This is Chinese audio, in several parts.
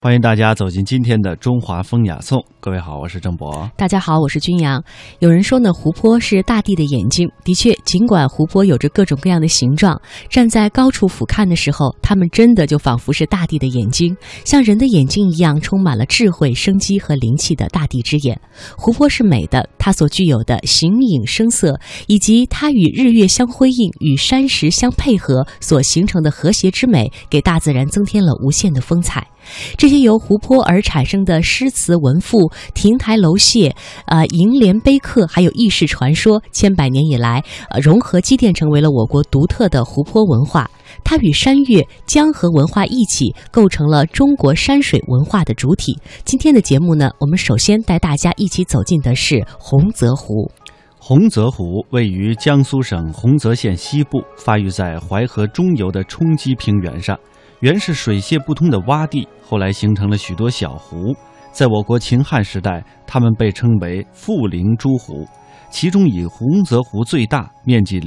欢迎大家走进今天的中华风雅颂。各位好，我是郑博。 大家好，我是君阳。有人说呢，湖泊是大地的眼睛。的确，尽管湖泊有着各种各样的形状，站在高处俯瞰的时候，它们真的就仿佛是大地的眼睛，像人的眼睛一样，充满了智慧、生机和灵气的大地之眼。湖泊是美的，它所具有的形影声色，以及它与日月相辉映、与山石相配合所形成的和谐之美，给大自然增添了无限的风采。这些由湖泊而产生的诗词文赋、亭台楼榭、楹联碑刻，还有轶事传说，千百年以来，融合积淀成为了我国独特的湖泊文化。它与山岳、江河文化一起，构成了中国山水文化的主体。今天的节目呢，我们首先带大家一起走进的是洪泽湖。 洪泽湖位于江苏省洪泽县西部，发育在淮河中游的冲积平原上。原是水泄不通的洼地，后来形成了许多小湖。在我国秦汉时代，它们被称为富陵诸湖，其中以洪泽湖最大，面积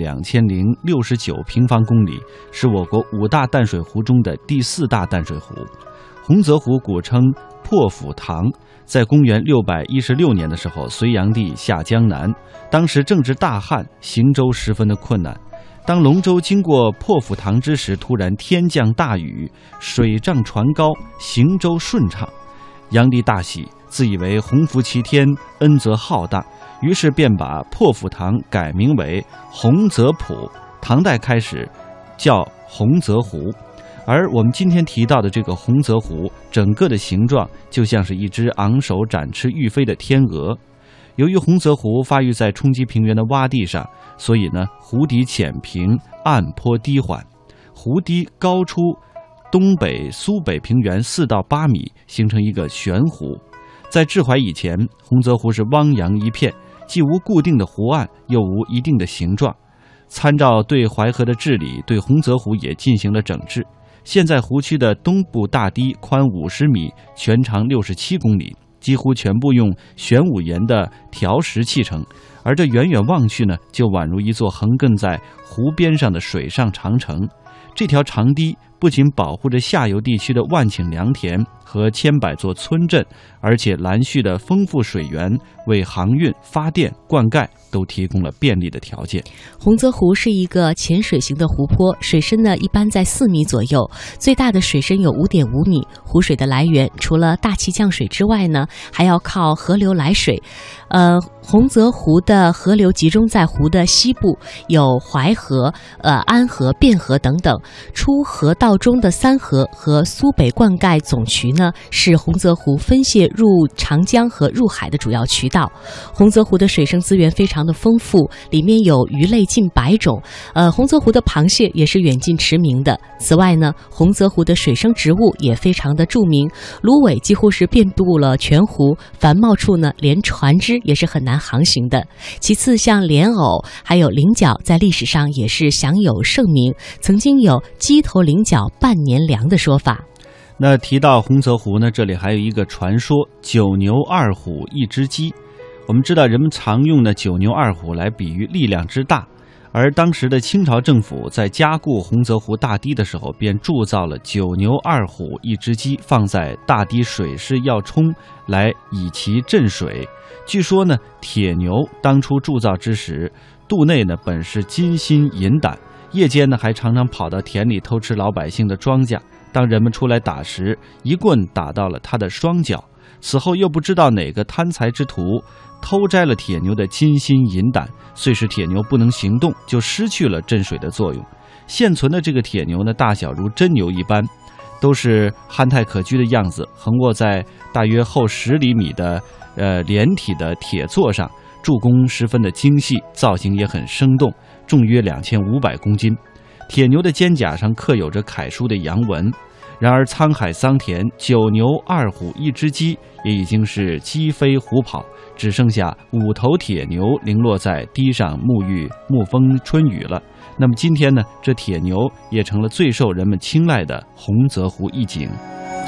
2069平方公里，是我国5大淡水湖中的第4大淡水湖。洪泽湖古称破釜塘，在公元616年的时候，隋炀帝下江南，当时正值大旱，行舟十分的困难。当龙舟经过破釜塘之时，突然天降大雨，水涨船高，行舟顺畅。炀帝大喜，自以为洪福齐天，恩泽浩大，于是便把破釜塘改名为洪泽浦，唐代开始叫洪泽湖。而我们今天提到的这个洪泽湖，整个的形状就像是一只昂首展翅欲飞的天鹅。由于洪泽湖发育在冲积平原的洼地上，所以呢，湖底浅平，岸坡低缓，湖堤高出东北、苏北平原4到8米，形成一个悬湖。在治淮以前，洪泽湖是汪洋一片，既无固定的湖岸，又无一定的形状。参照对淮河的治理，对洪泽湖也进行了整治。现在湖区的东部大堤宽50米，全长67公里。几乎全部用玄武岩的条石砌成，而这远远望去呢，就宛如一座横亘在湖边上的水上长城。这条长堤不仅保护着下游地区的万顷良田和千百座村镇，而且蓝蓄的丰富水源为航运、发电、灌溉都提供了便利的条件。 洪泽湖是一个浅水型的湖泊，水深呢一般在4米左右，最大的水深有5.5米。湖水的来源除了大气降水之外呢，还要靠河流来水。洪泽湖的河流集中在湖的西部，有淮河、安河、汴河等等。出河道中的3河和苏北灌溉总渠呢，是洪泽湖分泄入长江和入海的主要渠道。洪泽湖的水生资源非常的丰富，里面有鱼类近100种。洪泽湖的螃蟹也是远近驰名的。此外呢，洪泽湖的水生植物也非常的著名，芦苇几乎是遍布了全湖，繁茂处呢，连船只也是很难航行的。其次，像莲藕还有菱角，在历史上也是享有盛名，曾经有鸡头菱角半年粮的说法。 那提到洪泽湖呢，这里还有一个传说，9牛2虎1只鸡。我们知道人们常用的9牛2虎来比喻力量之大，而当时的清朝政府在加固洪泽湖大堤的时候，便铸造了9牛2虎1只鸡，放在大堤水势要冲，来以其镇水。据说呢，铁牛当初铸造之时，肚内呢本是金心银胆，夜间呢还常常跑到田里偷吃老百姓的庄稼。当人们出来打时，一棍打到了他的双脚。此后又不知道哪个贪财之徒偷摘了铁牛的金心银胆，遂使铁牛不能行动，就失去了镇水的作用。现存的这个铁牛呢，大小如真牛一般，都是憨态可掬的样子，横卧在大约厚10厘米的连体的铁座上，铸工十分的精细，造型也很生动，重约2500公斤。铁牛的肩胛上刻有着楷书的阳文。然而沧海桑田，9牛2虎1只鸡也已经是鸡飞虎跑，只剩下5头铁牛零落在堤上沐浴沐风春雨了。那么今天呢，这铁牛也成了最受人们青睐的洪泽湖一景。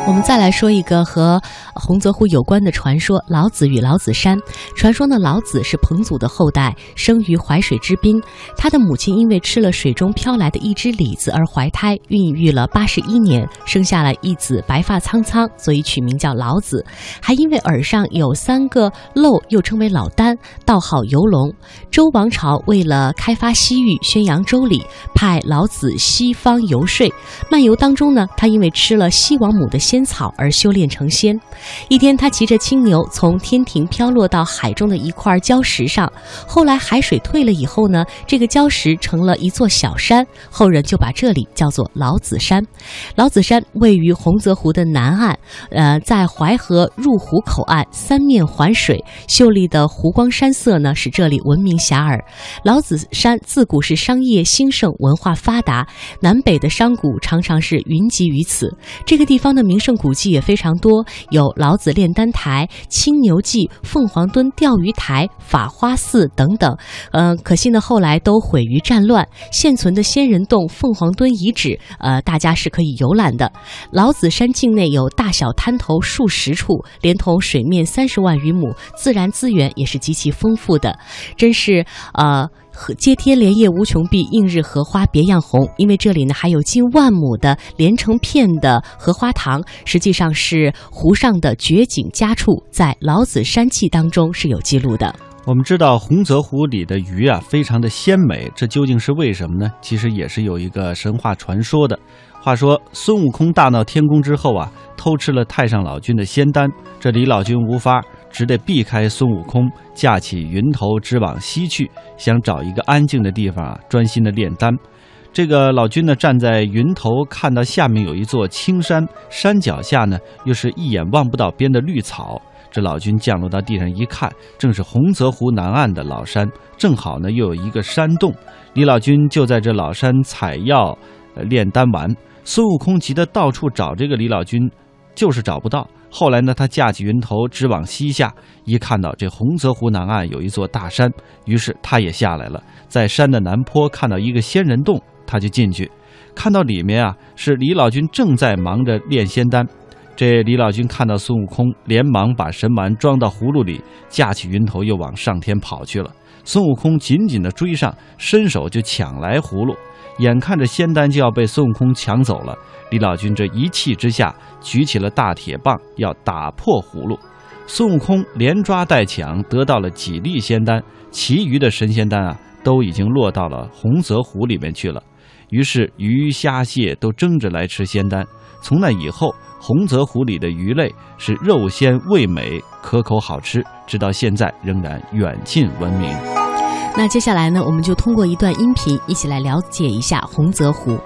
我们再来说一个和洪泽湖有关的传说——老子与老子山。传说呢，老子是彭祖的后代，生于淮水之滨。他的母亲因为吃了水中飘来的一只李子而怀胎，孕育了81年，生下了一子，白发苍苍，所以取名叫老子。还因为耳上有3个漏，又称为老丹，道号游龙。周王朝为了开发西域，宣扬周礼，派老子西方游说。漫游当中呢，他因为吃了西王母的仙草而修炼成仙。一天，他骑着青牛从天庭飘落到海中的一块礁石上，后来海水退了以后呢，这个礁石成了一座小山，后人就把这里叫做老子山。老子山位于洪泽湖的南岸，在淮河入湖口岸，3面环水，秀丽的湖光山色呢，使这里闻名遐迩。老子山自古是商业兴盛，文化发达，南北的商贾常常是云集于此。这个地方的名胜古迹也非常多，有老子炼丹台、青牛记、凤凰墩钓鱼台、法花寺等等。可惜呢，后来都毁于战乱。现存的仙人洞、凤凰墩遗址，大家是可以游览的。老子山境内有大小滩头数十处，连同水面30万余亩，自然资源也是极其丰富的，真是接天莲叶无穷碧，映日荷花别样红。因为这里呢还有近1万亩的连成片的荷花塘，实际上是湖上的绝景佳处，在老子山记当中是有记录的。 我们知道洪泽湖里的鱼啊非常的鲜美，这究竟是为什么呢？其实也是有一个神话传说的。话说孙悟空大闹天宫之后啊，偷吃了太上老君的仙丹，这李老君无法，只得避开孙悟空，架起云头直往西去，想找一个安静的地方啊，专心的炼丹。这个老君呢，站在云头，看到下面有一座青山，山脚下呢又是一眼望不到边的绿草。这老君降落到地上一看，正是洪泽湖南岸的老山，正好呢又有一个山洞。李老君就在这老山采药炼丹丸。孙悟空急得到处找这个李老君，就是找不到。后来呢，他架起云头直往西下，一看到这洪泽湖南岸有一座大山，于是他也下来了，在山的南坡看到一个仙人洞，他就进去，看到里面啊是李老君正在忙着炼仙丹。这李老君看到孙悟空，连忙把神丸装到葫芦里，架起云头又往上天跑去了。孙悟空紧紧地追上，伸手就抢来葫芦，眼看着仙丹就要被孙悟空抢走了，李老君这一气之下举起了大铁棒，要打破葫芦。孙悟空连抓带抢，得到了几粒仙丹，其余的神仙丹啊都已经落到了洪泽湖里面去了。于是鱼虾蟹都争着来吃仙丹。从那以后，洪泽湖里的鱼类是肉鲜味美，可口好吃，直到现在仍然远近闻名。 那接下来呢，我们就通过一段音频一起来了解一下洪泽湖。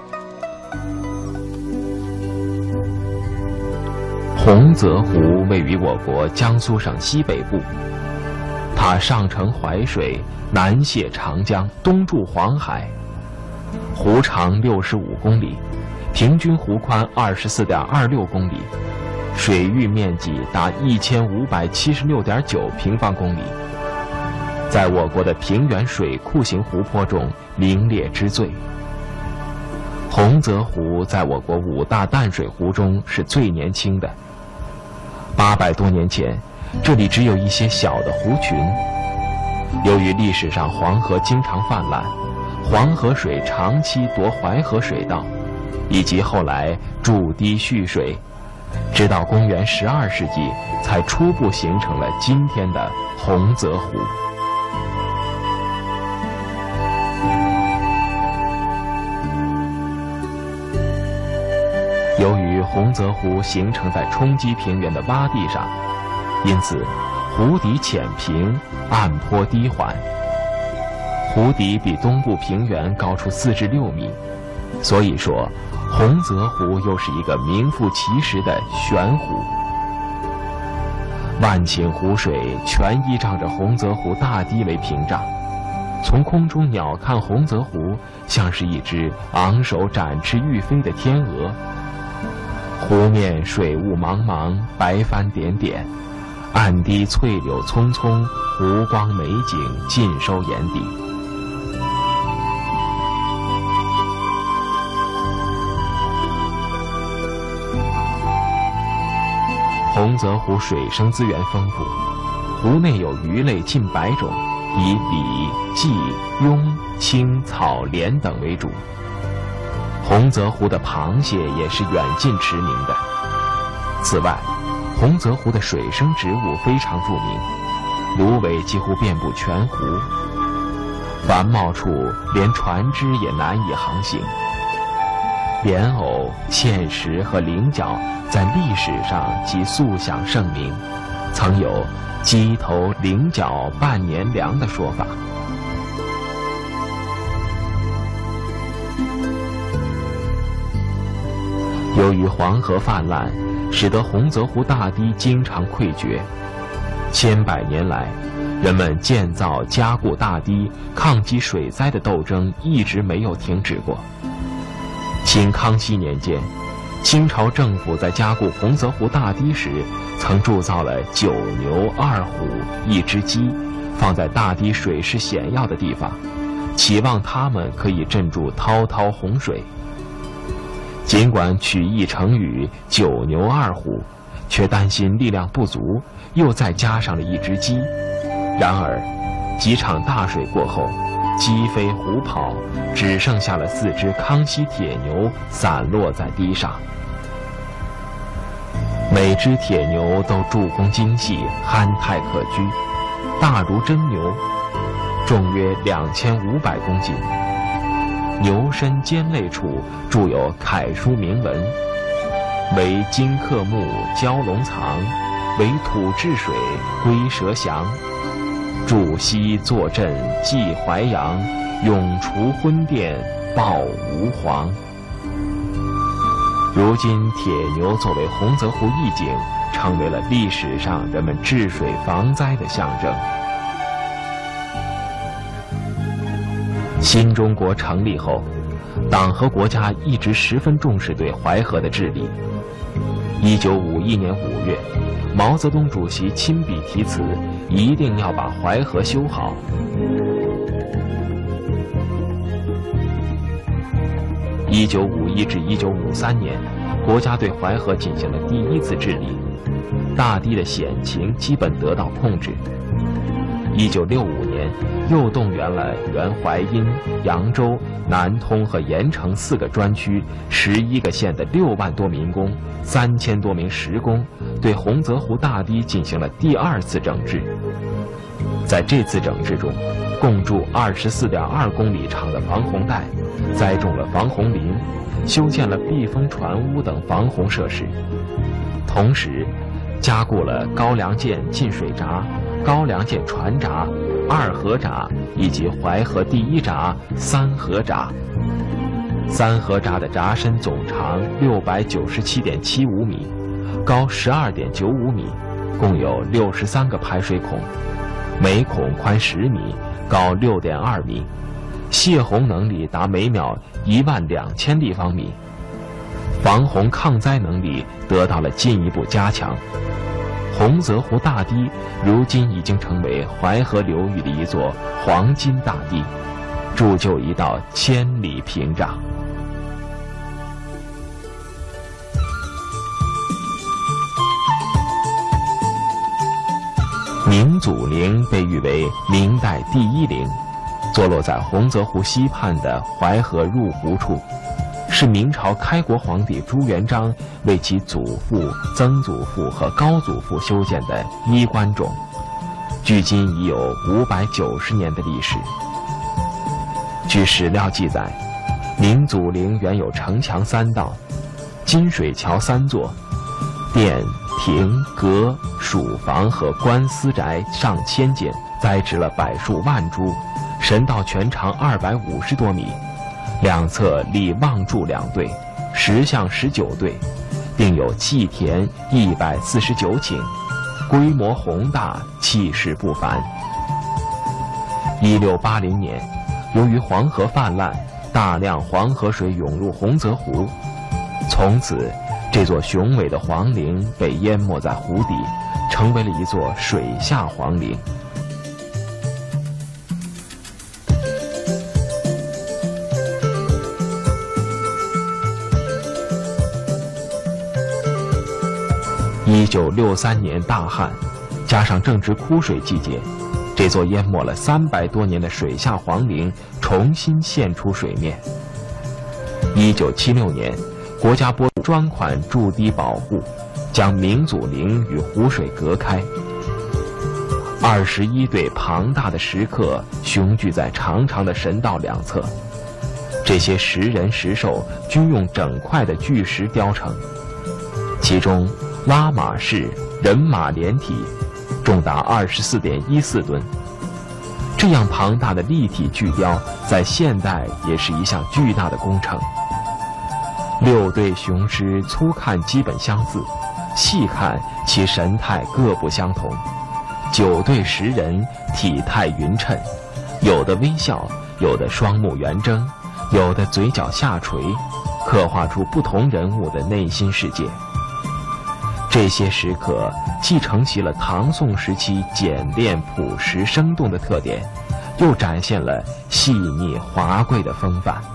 洪泽湖位于我国江苏省西北部，它上承淮水，南泻长江，东注黄海。湖长65公里，平均湖宽24.26公里，水域面积达1576.9平方公里，在我国的平原水库型湖泊中名列之最。洪泽湖在我国5大淡水湖中是最年轻的。800多年前，这里只有一些小的湖群。由于历史上黄河经常泛滥，黄河水长期夺淮河水道，以及后来筑堤蓄水，直到公元12世纪才初步形成了今天的洪泽湖。由于洪泽湖形成在冲积平原的洼地上，因此湖底浅平，岸坡低缓。湖底比东部平原高出4至6米，所以说洪泽湖又是一个名副其实的悬湖。万顷湖水全依仗着洪泽湖大堤为屏障，从空中鸟瞰洪泽湖，像是一只昂首展翅欲飞的天鹅。湖面水雾茫茫，白帆点点，岸堤翠柳葱葱，湖光美景尽收眼底。 洪泽湖水生资源丰富，湖内有鱼类近100种，以鲤、鲫、鳙、青、草、鲢等为主。洪泽湖的螃蟹也是远近驰名的。此外，洪泽湖的水生植物非常著名，芦苇几乎遍布全湖，繁茂处连船只也难以航行。莲藕、芡实和菱角在历史上即素享盛名，曾有鸡头菱角半年粮的说法。由于黄河泛滥，使得洪泽湖大堤经常溃决。千百年来，人们建造加固大堤、抗击水灾的斗争一直没有停止过。清康熙年间，清朝政府在加固洪泽湖大堤时，曾铸造了9牛2虎1只鸡，放在大堤水势险要的地方，期望它们可以镇住滔滔洪水。尽管取义成语9牛2虎，却担心力量不足，又再加上了1只鸡。然而，几场大水过后，鸡飞虎跑，只剩下了4只康熙铁牛散落在堤上。每只铁牛都铸工精细，憨态可掬，大如真牛，重约2500公斤。牛身尖肋处铸有楷书铭文，为金刻木蛟龙藏，为土治水龟蛇降。筑西坐镇济淮阳，永除昏殿报吾皇。如今铁牛作为洪泽湖义景，成为了历史上人们治水防灾的象征。新中国成立后，党和国家一直十分重视对淮河的治理。1951年5月，毛泽东主席亲笔题词，一定要把淮河修好。1951至1953年，国家对淮河进行了第1次治理，大堤的险情基本得到控制。1965年，又动员了原淮阴、扬州、南通和盐城4个专区、11个县的6万多民工、3000多名实工，对洪泽湖大堤进行了第2次整治。在这次整治中，共筑24.2公里长的防洪带，栽种了防洪林，修建了避风船屋等防洪设施，同时加固了高梁涧进水闸、高梁涧船闸、2河闸以及淮河第1闸、3河闸。3河闸的闸身总长697.75米，高12.95米，共有63个排水孔，每孔宽10米，高6.2米，泄洪能力达每秒12000立方米，防洪抗灾能力得到了进一步加强。洪泽湖大堤如今已经成为淮河流域的一座黄金大堤，铸就一道千里屏障。明祖陵被誉为明代第1陵，坐落在洪泽湖西畔的淮河入湖处，是明朝开国皇帝朱元璋为其祖父、曾祖父和高祖父修建的衣冠冢，距今已有590年的历史。据史料记载，明祖陵原有城墙3道，金水桥3座，殿、亭、阁、属房和官司宅上1000间，栽植了柏树万株，神道全长250多米。两侧立望柱2对，石像19对，并有祭田149顷，规模宏大，气势不凡。1680年，由于黄河泛滥，大量黄河水涌入洪泽湖，从此这座雄伟的皇陵被淹没在湖底，成为了一座水下皇陵。 1963年大旱，加上正值枯水季节，这座淹没了300多年的水下皇陵重新现出水面。1976年，国家拨专款筑堤保护，将明祖陵与湖水隔开。21对庞大的石刻雄踞在长长的神道两侧，这些石人石兽均用整块的巨石雕成，其中拉玛式人马连体重达24.14吨。这样庞大的立体巨雕在现代也是一项巨大的工程。6对雄狮粗看基本相似，细看其神态各不相同。9对石人体态匀称，有的微笑，有的双目圆睁，有的嘴角下垂，刻画出不同人物的内心世界。这些石刻既承袭了唐宋时期简练朴实生动的特点，又展现了细腻华贵的风范。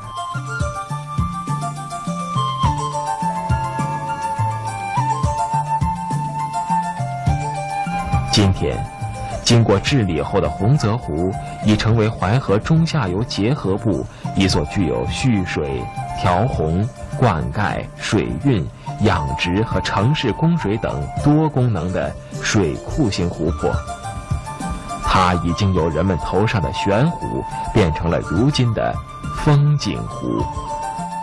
今天，经过治理后的洪泽湖已成为淮河中下游结合部一所具有蓄水、调洪、灌溉、水运、养殖和城市供水等多功能的水库型湖泊。它已经由人们头上的悬湖变成了如今的风景湖。